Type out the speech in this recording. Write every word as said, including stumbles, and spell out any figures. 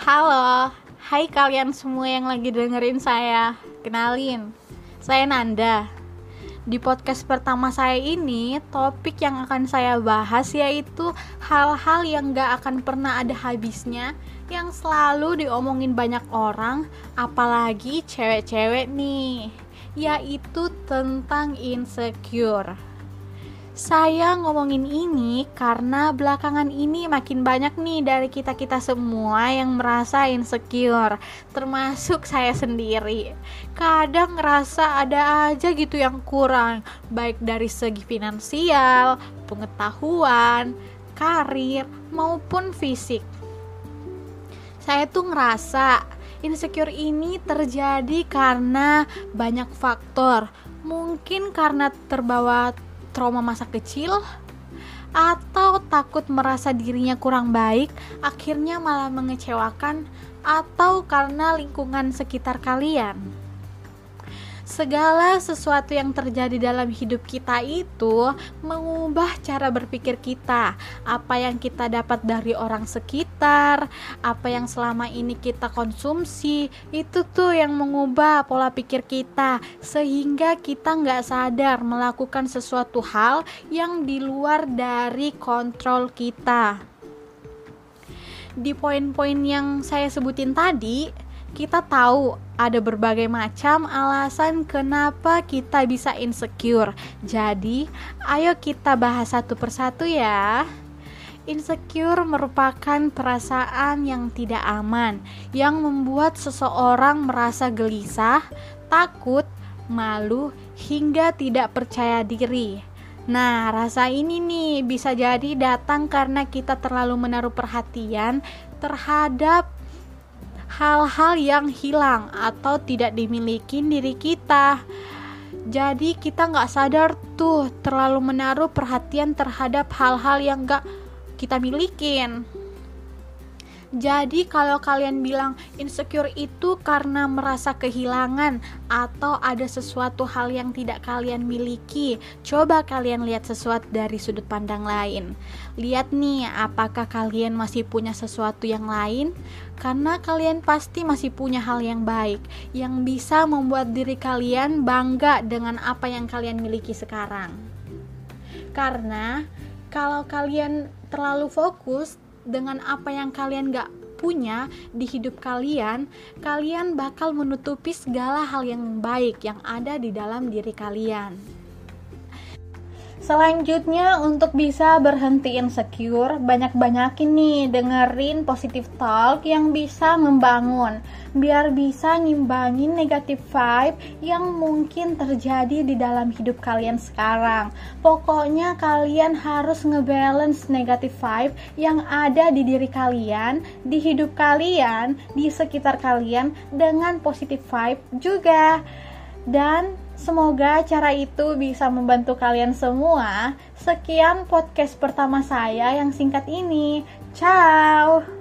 Halo, hai kalian semua yang lagi dengerin saya. Kenalin, saya Nanda. Di podcast pertama saya ini, topik yang akan saya bahas yaitu hal-hal yang gak akan pernah ada habisnya, yang selalu diomongin banyak orang, apalagi cewek-cewek nih, yaitu tentang insecure. Saya ngomongin ini karena belakangan ini makin banyak nih dari kita-kita semua yang merasa insecure, termasuk saya sendiri. Kadang ngerasa ada aja gitu yang kurang, baik dari segi finansial, pengetahuan, karir, maupun fisik. Saya tuh ngerasa insecure ini terjadi karena banyak faktor. Mungkin karena terbawa trauma masa kecil, atau takut merasa dirinya kurang baik, akhirnya malah mengecewakan, atau karena lingkungan sekitar kalian. Segala sesuatu yang terjadi dalam hidup kita itu mengubah cara berpikir kita. Apa yang kita dapat dari orang sekitar, apa yang selama ini kita konsumsi, itu tuh yang mengubah pola pikir kita, sehingga kita gak sadar melakukan sesuatu hal yang di luar dari kontrol kita. Di poin-poin yang saya sebutin tadi, kita tahu ada berbagai macam alasan kenapa kita bisa insecure. Jadi, ayo kita bahas satu persatu ya. Insecure merupakan perasaan yang tidak aman, yang membuat seseorang merasa gelisah, takut, malu, hingga tidak percaya diri. Nah, rasa ini nih bisa jadi datang karena kita terlalu menaruh perhatian terhadap hal-hal yang hilang atau tidak dimiliki diri kita. Jadi kita gak sadar tuh terlalu menaruh perhatian terhadap hal-hal yang gak kita milikin. Jadi kalau kalian bilang insecure itu karena merasa kehilangan atau ada sesuatu hal yang tidak kalian miliki, coba kalian lihat sesuatu dari sudut pandang lain. Lihat nih, apakah kalian masih punya sesuatu yang lain? Karena kalian pasti masih punya hal yang baik, yang bisa membuat diri kalian bangga dengan apa yang kalian miliki sekarang. Karena kalau kalian terlalu fokus dengan apa yang kalian gak punya di hidup kalian, kalian bakal menutupi segala hal yang baik yang ada di dalam diri kalian. Selanjutnya, untuk bisa berhenti insecure, banyak-banyakin nih dengerin positive talk yang bisa membangun, biar bisa ngimbangin negative vibe yang mungkin terjadi di dalam hidup kalian sekarang. Pokoknya kalian harus ngebalance negative vibe yang ada di diri kalian, di hidup kalian, di sekitar kalian dengan positive vibe juga. Dan semoga cara itu bisa membantu kalian semua. Sekian podcast pertama saya yang singkat ini. Ciao.